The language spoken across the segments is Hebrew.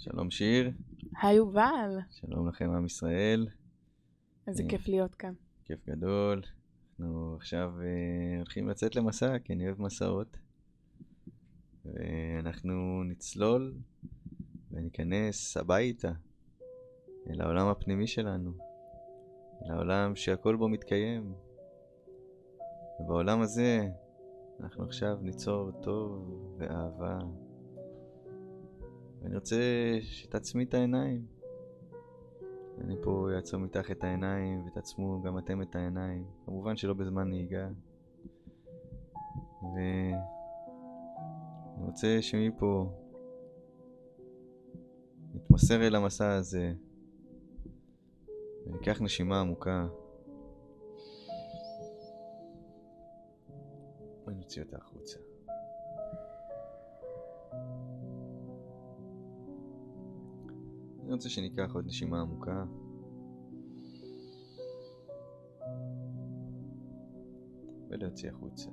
שלום שיר. היי יובל. שלום לכם עם ישראל. איזה כיף להיות כאן. כיף גדול. אנחנו עכשיו הולכים לצאת למסע, כי אני אוהב מסעות. ואנחנו נצלול וניכנס הביתה, אל העולם הפנימי שלנו, אל העולם שהכל בו מתקיים. ובעולם הזה אנחנו עכשיו ניצור טוב ואהבה. ואני רוצה שתעצמי את העיניים. אני פה אעצום איתך את העיניים ותעצמו גם אתם את העיניים. כמובן שלא בזמן נהיגה. ואני רוצה שמפה נתמסר אל המסע הזה וניקח נשימה עמוקה ונוציא אותה החוצה. אני רוצה שניקח עוד נשימה עמוקה ולהוציא החוצה.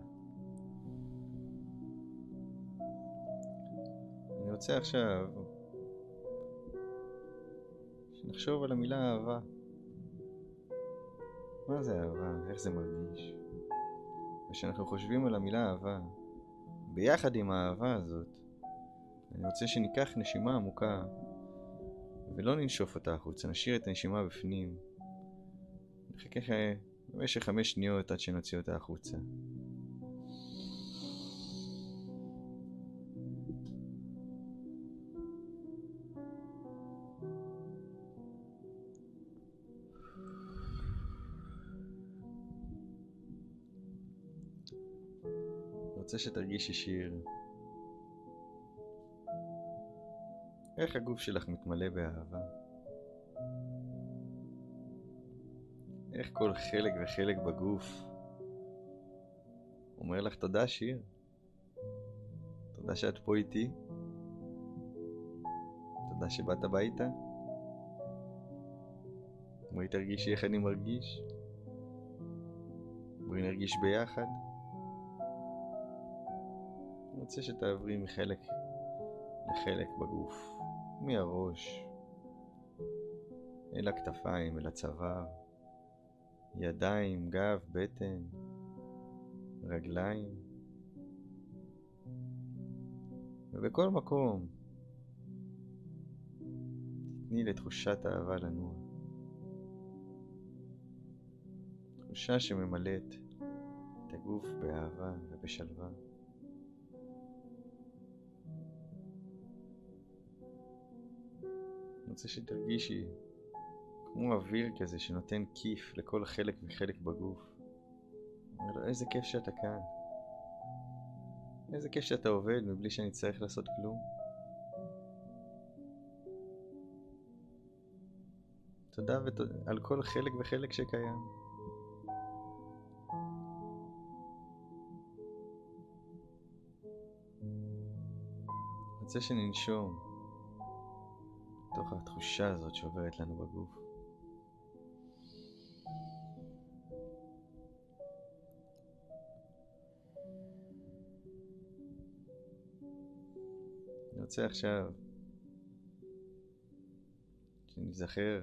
אני רוצה עכשיו שנחשוב על המילה אהבה. מה זה אהבה? איך זה מרגיש? ושאנחנו חושבים על המילה אהבה, ביחד עם האהבה הזאת, אני רוצה שניקח נשימה עמוקה ולא ננשוף אותה החוצה, נשאיר את הנשימה בפנים. נחכה במשך 5 שניות עד שנוציא אותה החוצה. אני רוצה שתרגישי שיר. איך הגוף שלך מתמלא באהבה. איך כל חלק וחלק בגוף אומר לך תודה שיר. תודה שאת פה איתי. תודה שבאת הביתה. בואי תרגישי איך אני מרגיש. בואי נרגיש ביחד. אני רוצה שתעברי מחלק לחלק בגוף. מהראש אל הכתפיים, אל הצוואר, ידיים, גב, בטן, רגליים, ובכל מקום תתני לתחושת אהבה לנוע. תחושה שממלאת את הגוף באהבה ובשלווה. אני רוצה שתרגישי כמו אוויר כזה שנותן כיף לכל חלק וחלק בגוף. אומר לו, איזה כיף שאתה כאן. איזה כיף שאתה עובד מבלי שאני צריך לעשות כלום. תודה על כל חלק וחלק שקיים. אני רוצה שננשום תוך התחושה הזאת שעוברת לנו בגוף. אני רוצה עכשיו שנזכר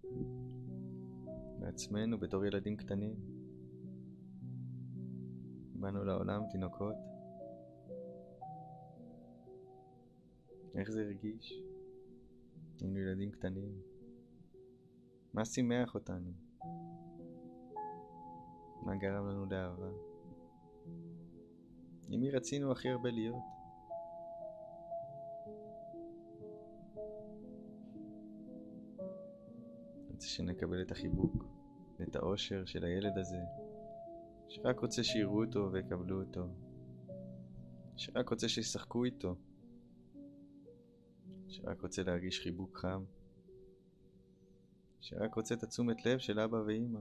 בעצמנו בתור ילדים קטנים. באנו לעולם תינוקות. איך זה הרגיש? היינו ילדים קטנים. מה שימח אותנו? מה גרם לנו לאהבה? עם מי רצינו הכי הרבה להיות? אני רוצה שנקבל את החיבוק, את האושר של הילד הזה, שרק רוצה שיראו אותו ויקבלו אותו, שרק רוצה שישחקו איתו, שרק רוצה להרגיש חיבוק חם, שרק רוצה את תשומת לב של אבא ואמא.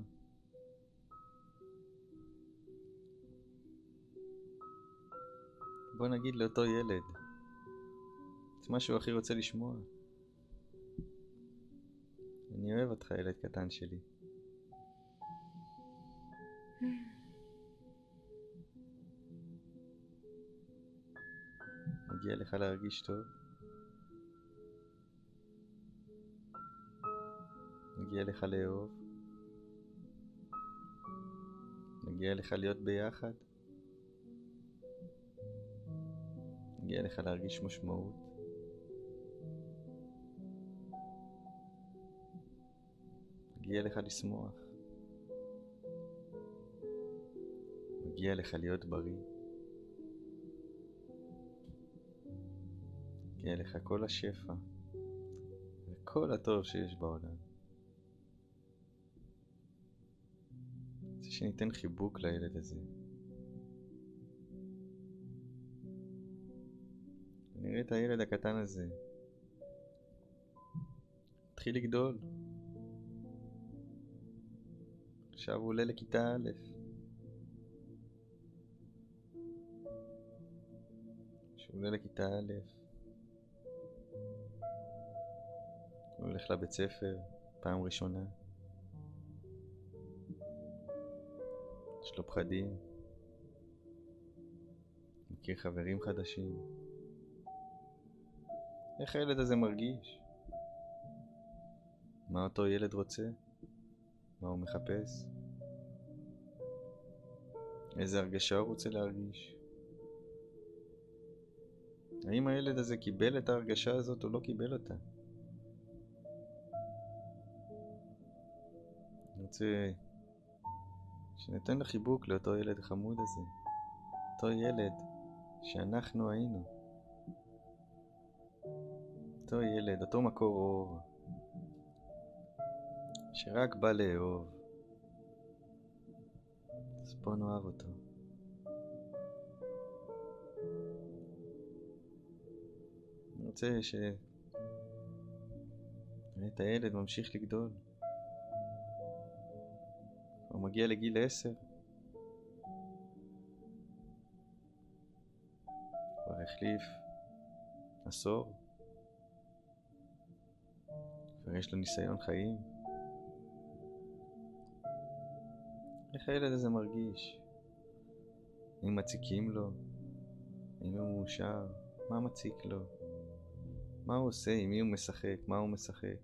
בוא נגיד לאותו ילד את מה שהוא הכי רוצה לשמוע. אני אוהב אותך ילד קטן שלי. מגיע לך להרגיש טוב. מגיע לך לאהוב. מגיע לך להיות ביחד. מגיע לך להרגיש משמעות. מגיע לך לשמוח. מגיע לך להיות בריא. מגיע לך כל השפע וכל הטוב שיש בעולם. רוצה שניתן חיבוק לילד הזה. נראה את הילד הקטן הזה התחיל לגדול. עכשיו הוא עולה לכיתה א'. כשהוא עולה לכיתה א', הוא הולך לבית ספר פעם ראשונה. יש לו פחדים. מכיר חברים חדשים. איך הילד הזה מרגיש? מה אותו ילד רוצה? מה הוא מחפש? איזה הרגשה הוא רוצה להרגיש? האם הילד הזה קיבל את ההרגשה הזאת או לא קיבל אותה? אני רוצה שניתן לחיבוק לאותו ילד חמוד הזה. אותו ילד שאנחנו היינו. אותו ילד, אותו מקור אור. שרק בא לאהוב. אז בוא נאהב אותו. אני רוצה את הילד ממשיך לגדול. הוא מגיע לגיל 10. כבר החליף עשור. כבר יש לו ניסיון חיים. איך הילד הזה מרגיש? אם מציקים לו? אם הוא מאושר? מה מציק לו? מה הוא עושה? עם מי הוא משחק? מה הוא משחק?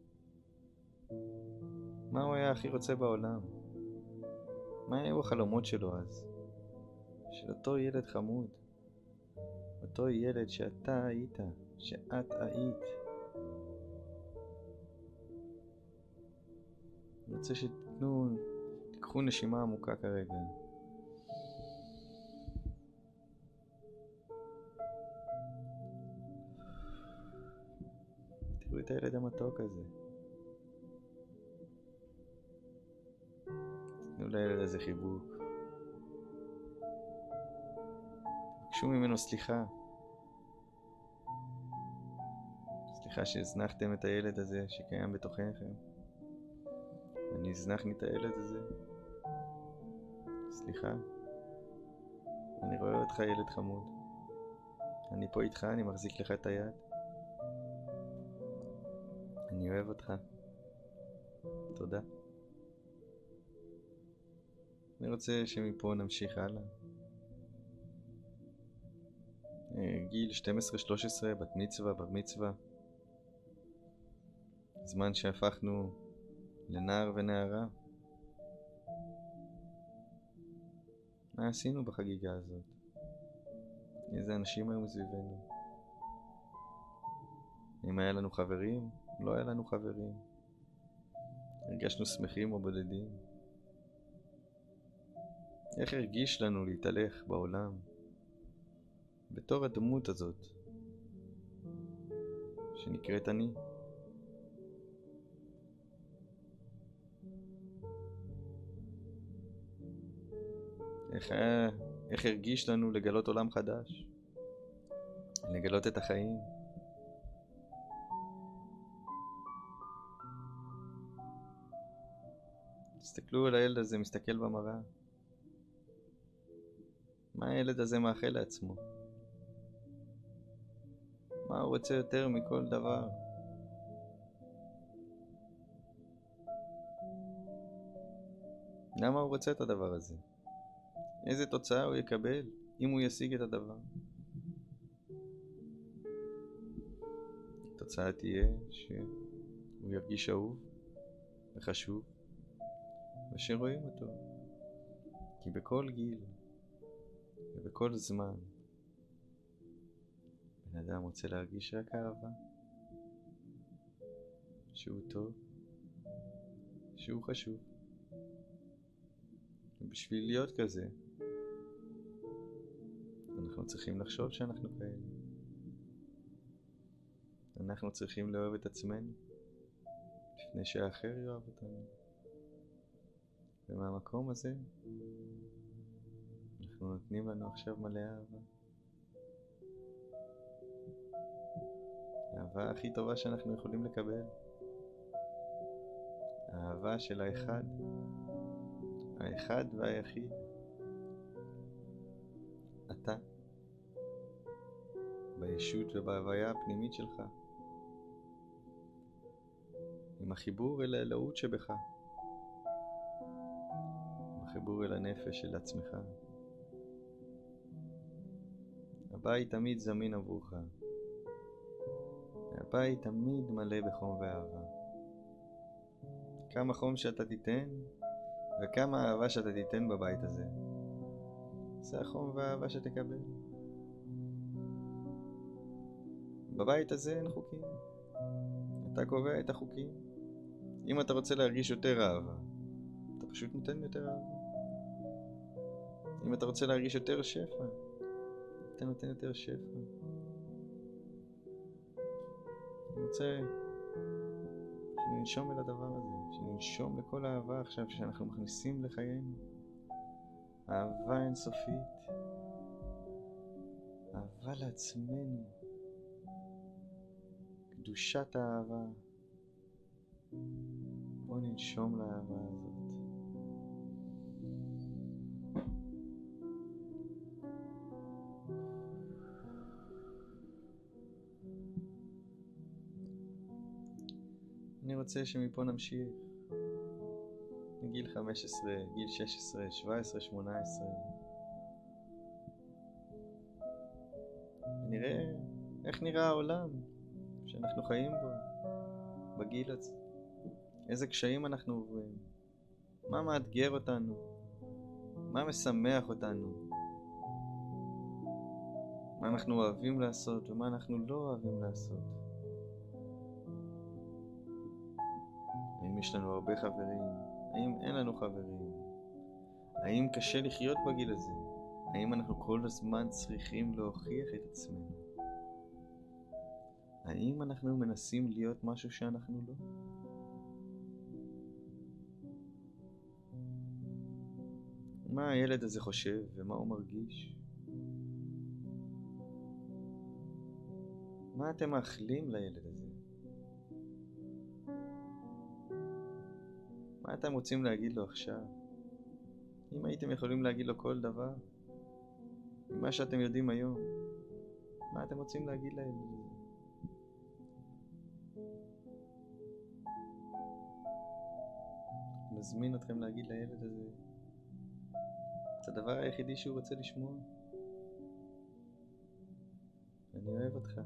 מה הוא היה הכי רוצה בעולם? מה היו החלומות שלו אז? של אותו ילד חמוד. אותו ילד שאתה היית. שאת היית. אני רוצה תיקחו נשימה עמוקה כרגע. תראו את הילד המתוק הזה. תנו לילד הזה חיבוק. תבקשו ממנו סליחה. סליחה שהזנחתם את הילד הזה שקיים בתוככם. אני הזנחתי את הילד הזה. סליחה. אני רואה אותך ילד חמוד. אני פה איתך, אני מחזיק לך את היד. אני אוהב אותך. תודה. אני רוצה שמפה נמשיך הלאה. גיל 12-13, בת מצווה, בר מצווה. זמן שהפכנו לנער ונערה. מה עשינו בחגיגה הזאת? איזה אנשים היו מסביבנו? אם היה לנו חברים, לא היה לנו חברים. הרגשנו שמחים או בודדים. איך הרגיש לנו להתהלך בעולם בתור הדמות הזאת שנקראת אני? איך הרגיש לנו לגלות עולם חדש? לגלות את החיים? תסתכלו על הילד הזה מסתכל במראה. מה הילד הזה מאחל לעצמו? מה הוא רוצה יותר מכל דבר? למה הוא רוצה את הדבר הזה? איזה תוצאה הוא יקבל אם הוא ישיג את הדבר? התוצאה תהיה שהוא ירגיש אהוב, וחשוב, ושרואים אותו. כי בכל גיל ובכל זמן בן אדם רוצה להרגיש רק אהבה, שהוא טוב, שהוא חשוב. ובשביל להיות כזה אנחנו צריכים לחשוב שאנחנו כאלה. אנחנו צריכים לאהוב את עצמנו לפני שהאחר יאהב אותנו. ומהמקום הזה אנחנו נותנים לנו עכשיו מלא אהבה. האהבה הכי טובה שאנחנו יכולים לקבל. האהבה של האחד, האחד והיחיד. אתה, בישות ובהוויה הפנימית שלך, עם החיבור אל האלוהות שבך, עם החיבור אל הנפש של עצמך. הבית תמיד זמין עבורך. הבית תמיד מלא בחום ואהבה. כמה חום שאתה תיתן וכמה אהבה שאתה תיתן בבית הזה, זה החום והאהבה שתקבל. בבית הזה אין חוקים. אתה קובע את החוקים. אם אתה רוצה להרגיש יותר אהבה, אתה פשוט נותן יותר אהבה. אם אתה רוצה להרגיש יותר שפע, אתה נותן יותר שפע. אני רוצה שננשום אל הדבר הזה, שננשום לכל האהבה עכשיו שאנחנו מכניסים לחיינו. אהבה אינסופית, אהבה לעצמנו, קדושת האהבה. בוא ננשום לאהבה הזאת. אני רוצה שמפה נמשיך לגיל 15, גיל 16, 17, 18. ונראה איך נראה העולם שאנחנו חיים בו בגיל הזה. איזה קשיים אנחנו עוברים, מה מאתגר אותנו, מה משמח אותנו, מה אנחנו אוהבים לעשות ומה אנחנו לא אוהבים לעשות. האם יש לנו הרבה חברים? האם אין לנו חברים? האם קשה לחיות בגיל הזה? האם אנחנו כל הזמן צריכים להוכיח את עצמנו? האם אנחנו מנסים להיות משהו שאנחנו לא? מה הילד הזה חושב ומה הוא מרגיש? מה אתם מאחלים לילד הזה? מה אתם רוצים להגיד לו עכשיו? אם הייתם יכולים להגיד לו כל דבר, ממה שאתם יודעים היום, מה אתם רוצים להגיד לילד הזה? מזמין אתכם להגיד לילד הזה את הדבר היחידי שהוא רוצה לשמוע. אני אוהב אותך.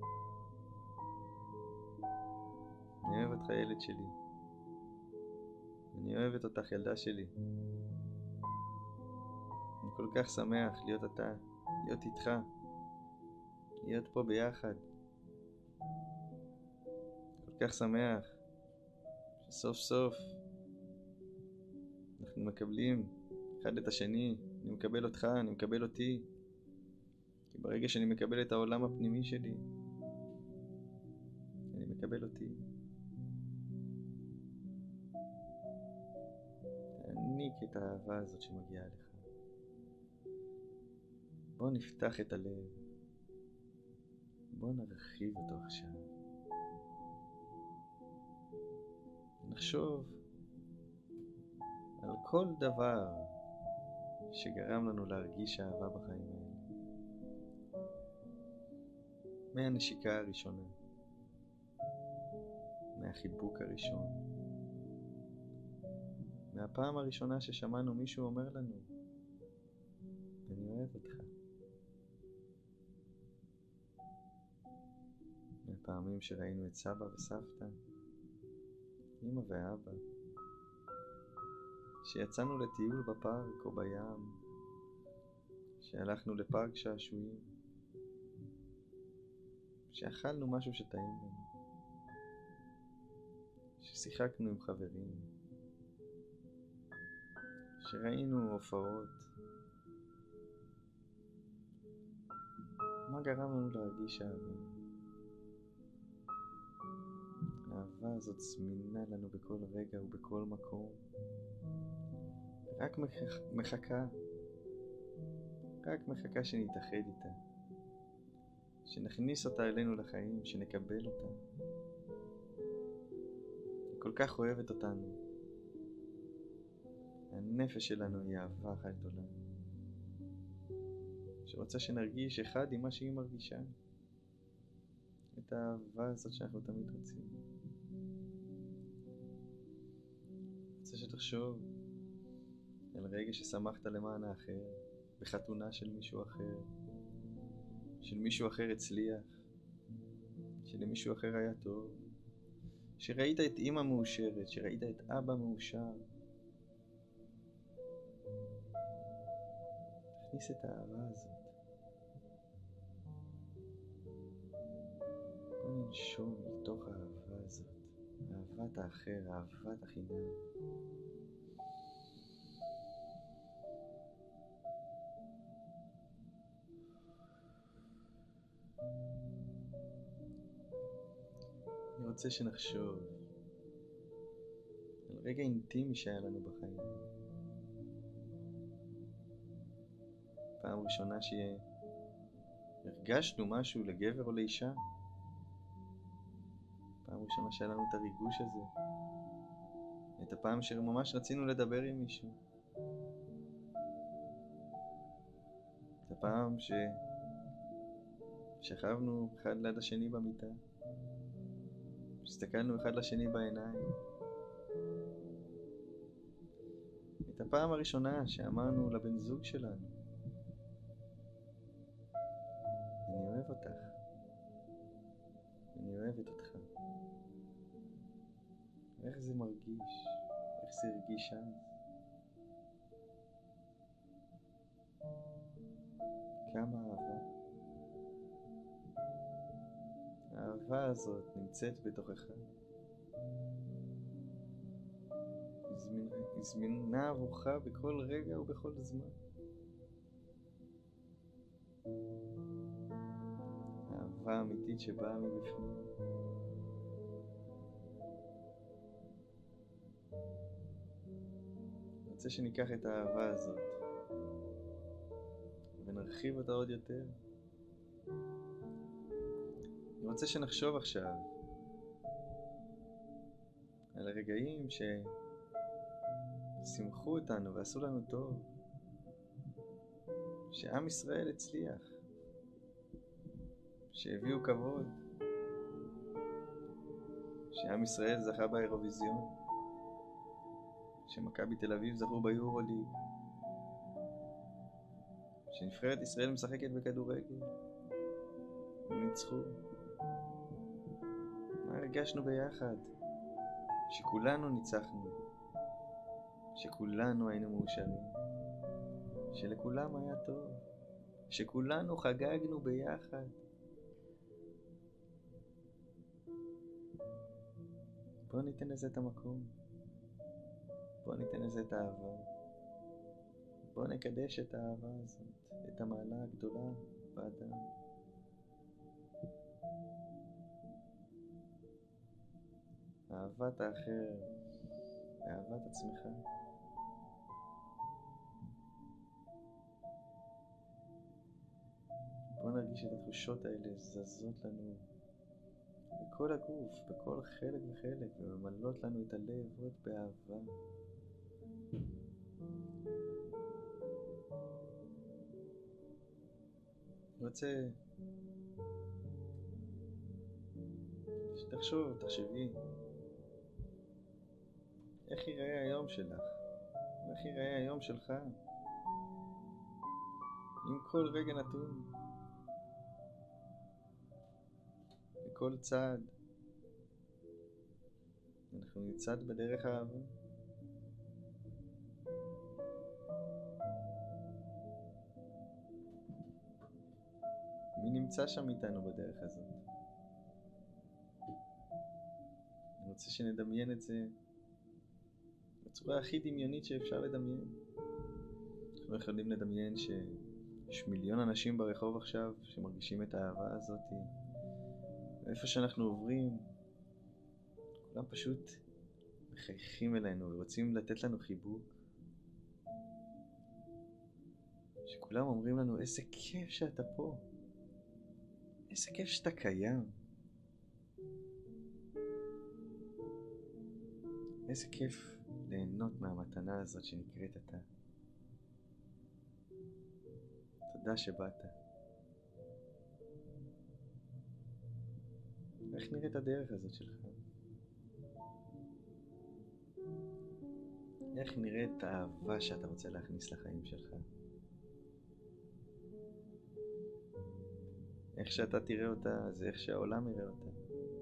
אני אוהב אותך ילד שלי. אני אוהבת אותך ילדה שלי. אני כל כך שמח להיות אתה, להיות איתך, להיות פה ביחד. כל כך שמח שסוף סוף אנחנו מקבלים אחד את השני. אני מקבל אותך, אני מקבל אותי. כי ברגע שאני מקבל את העולם הפנימי שלי, אני מקבל אותי. תעניק את האהבה הזאת שמגיעה לך. בוא נפתח את הלב. בוא נרחיב אותו עכשיו. נחשוב על כל דבר שגרם לנו להרגיש אהבה בחיים האלה. מהנשיקה הראשונה, מהחיבוק הראשון, מהפעם הראשונה ששמענו מישהו אומר לנו אני אוהב אותך. מהפעמים שראינו את סבא וסבתא אמא ואבא, שיצאנו לטיול בפארק או בים, שהלכנו לפארק שעשועים, שאכלנו משהו שטעים לנו, ששיחקנו עם חברים, שראינו הופעות. מה גרם לנו להרגיש אהבה? האהבה הזאת זמינה לנו בכל רגע ובכל מקום. רק מחכה שנתאחד איתה, שנכניס אותה אלינו לחיים, שנקבל אותה. היא כל כך אוהבת אותנו. הנפש שלנו היא אהבה אחת גדולה, שרוצה שנרגיש אחד עם מה שהיא מרגישה, את האהבה הזאת שאנחנו תמיד רוצים. רוצה שתחשוב על רגע ששמחת למען האחר, בחתונה של מישהו אחר, של מישהו אחר הצליח, שלמישהו אחר היה טוב, שראית את אמא מאושרת, שראית את אבא מאושר. תכניס את האהבה הזאת. בוא ננשום לתוך האהבה הזאת, אהבת האחר, אהבת החינם. אני רוצה שנחשוב על רגע אינטימי שהיה לנו בחיים. פעם ראשונה שהרגשנו משהו לגבר או לאישה. פעם ראשונה שהיה לנו את הריגוש הזה. את הפעם שממש רצינו לדבר עם מישהו. את הפעם ששכבנו אחד ליד השני במיטה. הסתכלנו אחד לשני בעיניים. את הפעם הראשונה שאמרנו לבן זוג שלנו, אני אוהב אותך, אני אוהבת אותך. איך זה מרגיש, איך זה הרגיש אז. כמה אהבה. האהבה הזאת נמצאת בתוכך. היא זמינה עבורך בכל רגע ובכל זמן. אהבה אמיתית שבאה מבפנים. אני רוצה שניקח את האהבה הזאת ונרחיב אותה עוד יותר. אני רוצה שנחשוב עכשיו על הרגעים ששימחו אותנו ועשו לנו טוב, שעם ישראל הצליח, שהביאו כבוד, שעם ישראל זכה באירוויזיון, שמכבי תל אביב זכו ביורוליג, שנבחרת ישראל משחקת בכדורגל, וניצחו. מה הרגשנו ביחד? שכולנו ניצחנו, שכולנו היינו מאושרים, שלכולם היה טוב, שכולנו חגגנו ביחד. בוא ניתן לזה את המקום, בוא ניתן לזה את האהבה, בוא נקדש את האהבה הזאת, את המעלה הגדולה באדם. אהבת האחר, אהבת עצמך. בוא נרגיש את התחושות האלה זזות לנו בכל הגוף, בכל חלק וחלק, וממלאות לנו את הלב עוד באהבה. אני רוצה תחשבי איך ייראה היום שלך, איך ייראה היום שלך, עם כל רגע נתון, בכל צעד. אנחנו נצעד בדרך האהבה. מי נמצא שם איתנו בדרך הזאת? אני רוצה שנדמיין את זה בצורה הכי דמיונית שאפשר לדמיין. אנחנו יכולים לדמיין שיש מיליון אנשים ברחוב עכשיו שמרגישים את האהבה הזאת, ואיפה שאנחנו עוברים כולם פשוט מחייכים אלינו ורוצים לתת לנו חיבוק, שכולם אומרים לנו איזה כיף שאתה פה, איזה כיף שאתה קיים, איזה כיף ליהנות מהמתנה הזאת שנקראת אתה. תודה שבאת. איך נראית הדרך הזאת שלך? איך נראית האהבה שאתה רוצה להכניס לחיים שלך? איך שאתה תראה אותה, זה איך שהעולם יראה אותה.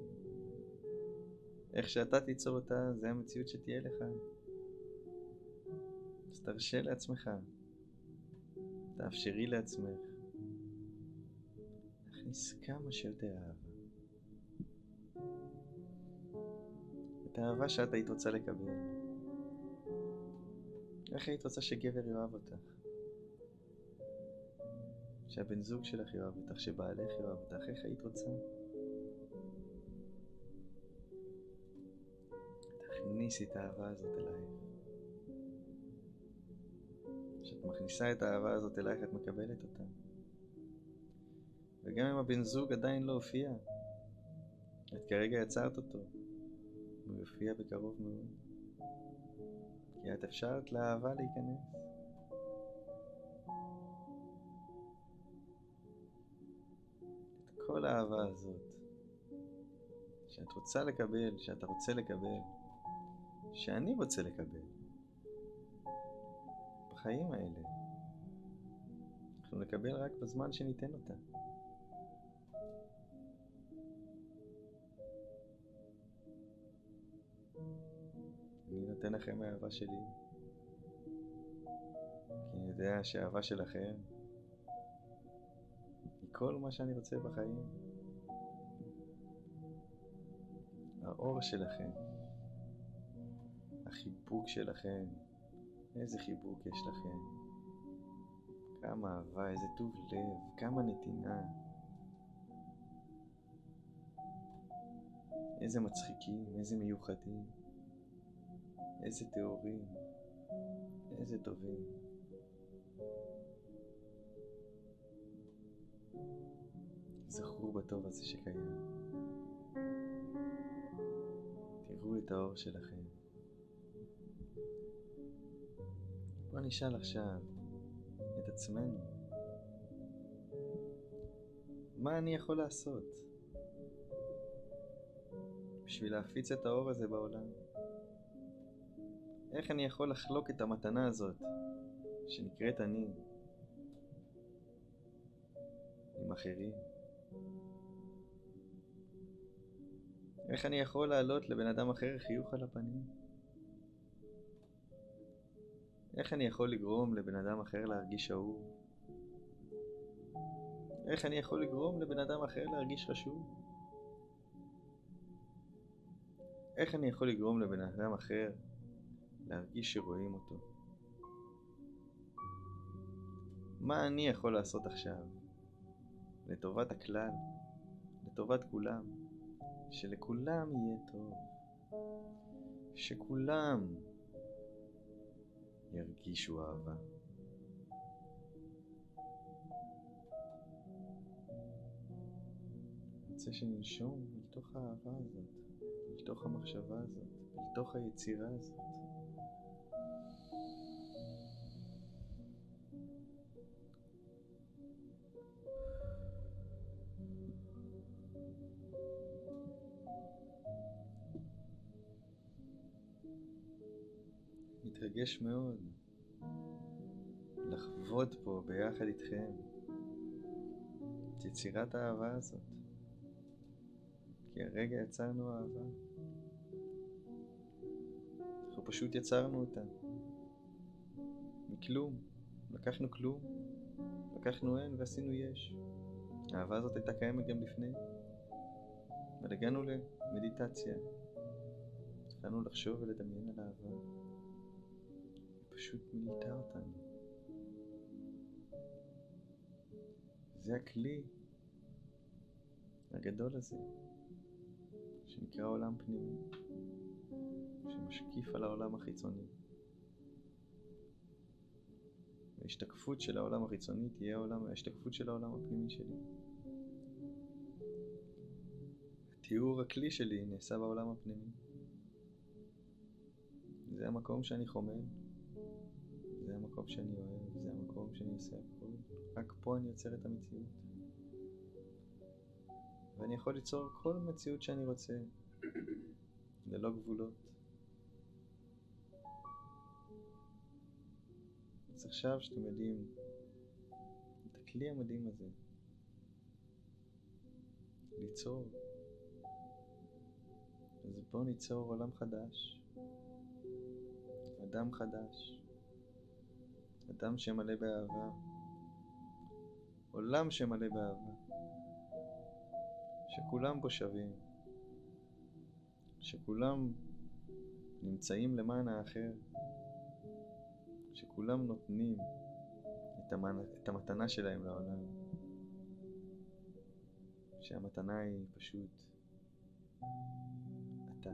איך שאתה תיצור אותה, זה המציאות שתהיה לך. אז תרשה לעצמך, תאפשרי לעצמך להכניס כמה שיותר אהבה. את האהבה שאת היית רוצה לקבל. איך היית רוצה שגבר יאהב אותך? שהבן זוג שלך יאהב אותך, שבעלך יאהב אותך, איך היית רוצה? תכניסי את האהבה הזאת אלייך. כשאת מכניסה את האהבה הזאת אלייך, את מקבלת אותה. וגם אם הבן זוג עדיין לא הופיע, את כרגע יצרת אותו, הוא יופיע בקרוב מאוד. כי את אפשרת לאהבה להיכנס. את כל האהבה הזאת שאת רוצה לקבל, שאתה רוצה לקבל, שאני רוצה לקבל בחיים האלה, אנחנו נקבל רק בזמן שניתן אותה. אני נותן לכם האהבה שלי, כי אני יודע שהאהבה שלכם היא כל מה שאני רוצה בחיים. האור שלכם, החיבוק שלכם, איזה חיבוק יש לכם, כמה אהבה, איזה טוב לב, כמה נתינה, איזה מצחיקים, איזה מיוחדים, איזה טהורים, איזה טובים. זכרו בטוב הזה שקיים. תראו את האור שלכם. בוא נשאל עכשיו את עצמנו, מה אני יכול לעשות בשביל להפיץ את האור הזה בעולם? איך אני יכול לחלוק את המתנה הזאת שנקראת אני עם אחרים? איך אני יכול להעלות לבן אדם אחר חיוך על הפנים? איך אני יכול לגרום לבן אדם אחר להרגיש אהוב? איך אני יכול לגרום לבן אדם אחר להרגיש חשוב? איך אני יכול לגרום לבן אדם אחר להרגיש שרואים אותו? מה אני יכול לעשות עכשיו לטובת הכלל, לטובת כולם, שלכולם יהיה טוב, שכולם ירגישו אהבה? אני רוצה שננשום לתוך האהבה הזאת, לתוך המחשבה הזאת, לתוך היצירה הזאת. מתרגש מאוד לחוות פה ביחד איתכם את יצירת האהבה הזאת, כי הרגע יצרנו אהבה. אנחנו פשוט יצרנו אותה. מכלום. לקחנו כלום, לקחנו אין ועשינו יש. האהבה הזאת הייתה קיימת גם לפני. אבל הגענו למדיטציה. התחלנו לחשוב ולדמיין על אהבה. היא פשוט מילתה אותנו. זה הכלי הגדול הזה, שנקרא עולם פנימי, שמשקיף על העולם החיצוני. ההשתקפות של העולם החיצוני תהיה ההשתקפות של העולם הפנימי שלי. התיאור הכלי שלי נעשה בעולם הפנימי. זה המקום שאני חומל, זה המקום שאני אוהב, זה המקום שאני עושה הכל. רק פה אני יוצר את המציאות. ואני יכול ליצור כל מציאות שאני רוצה, ללא גבולות. אז עכשיו שאתם יודעים את הכלי המדהים הזה, ליצור, אז בואו ניצור עולם חדש, אדם חדש, אדם שמלא באהבה, עולם שמלא באהבה, שכולם בו שווים, שכולם נמצאים למען האחר, שכולם נותנים את המתנה שלהם לעולם, שהמתנה היא פשוט אתה.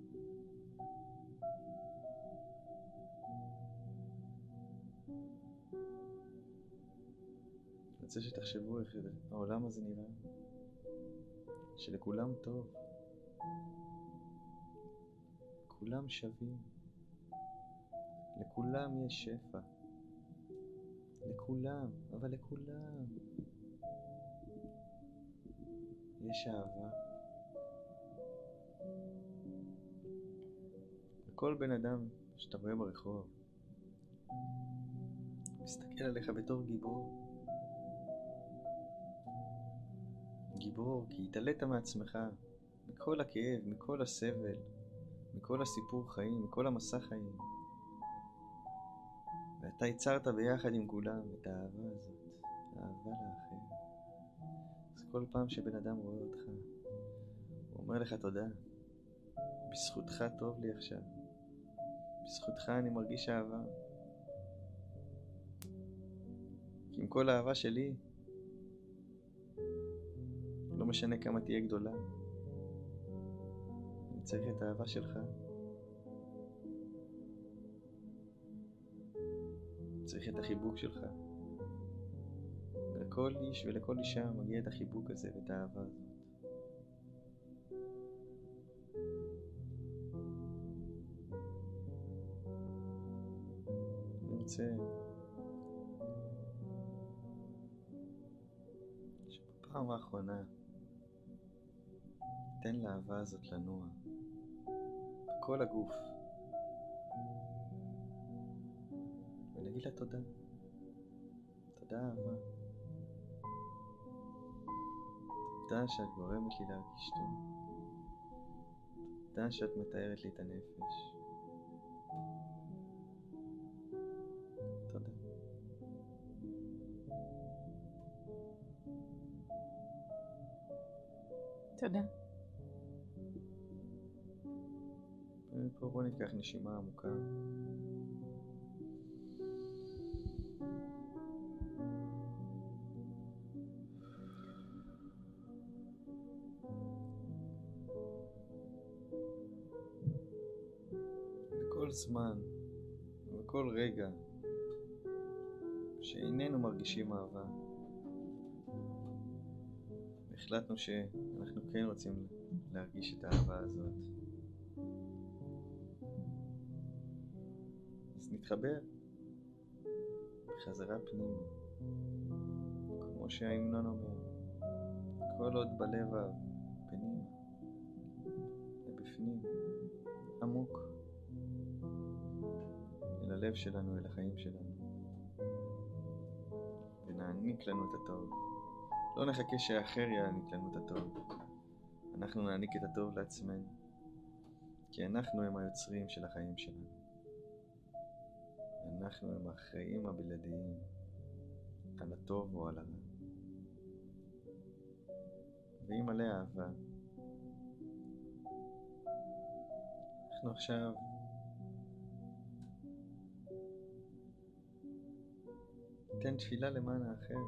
אני רוצה שתחשבו איך העולם הזה נראה, שלכולם טוב, כולם שווים, לכולם יש שפע, לכולם, אבל לכולם יש אהבה. וכל בן אדם שאתה רואה ברחוב מסתכל עליך בתור גיבור. גיבור כי התעלית מעצמך, מכל הכאב, מכל הסבל, מכל הסיפור חיים, מכל המסע חיים. ואתה יצרת ביחד עם כולם את האהבה הזאת, האהבה לאחר. אז כל פעם שבן אדם רואה אותך, הוא אומר לך תודה. בזכותך טוב לי עכשיו. בזכותך אני מרגיש אהבה. כי עם כל האהבה שלי, לא משנה כמה תהיה גדולה, אני צריך את האהבה שלך. צריך את החיבוק שלך. ולכל איש ולכל אישה מגיע את החיבוק הזה ואת האהבה הזאת. אני רוצה שבפעם האחרונה תן לאהבה הזאת לנוע בכל הגוף. ונגיד לה תודה. תודה אהבה. תודה שאת גורמת לי להרגיש טוב. תודה שאת מתארת לי את הנפש. תודה. תודה. ופה בוא ניקח נשימה עמוקה. כל זמן וכל רגע שאיננו מרגישים אהבה, החלטנו שאנחנו כן רוצים להרגיש את האהבה הזאת, אז נתחבר בחזרה פנימה, כמו שההמנון אומר, כל עוד בלב פנימה ובפנים עמוק אל הלב שלנו, אל החיים שלנו, ונעניק לנו את הטוב. לא נחכה שהאחר יעניק לנו את הטוב, אנחנו נעניק את הטוב לעצמנו. כי אנחנו הם היוצרים של החיים שלנו. אנחנו הם האחראים הבלעדיים על הטוב או על הרע. והיא מלא אהבה. אנחנו עכשיו ניתן תפילה למען האחר.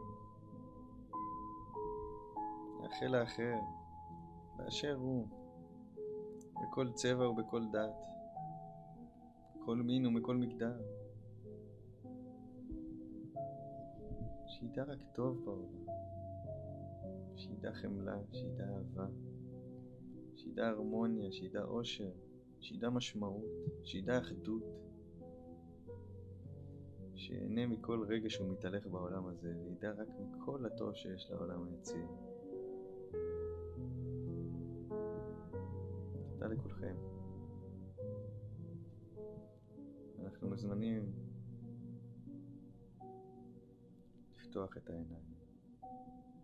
נאחל לאחר באשר הוא, בכל צבע ובכל דת, בכל מין ומכל מגדר. שידע רק טוב בעולם, שידע חמלה, שידע אהבה, שידע הרמוניה, שידע עושר, שידע משמעות, שידע אחדות. שיהנה מכל רגע שהוא מתהלך בעולם הזה, וידע רק מכל הטוב שיש לעולם היציב. תודה לכולכם. אנחנו מוזמנים לפתוח את העיניים.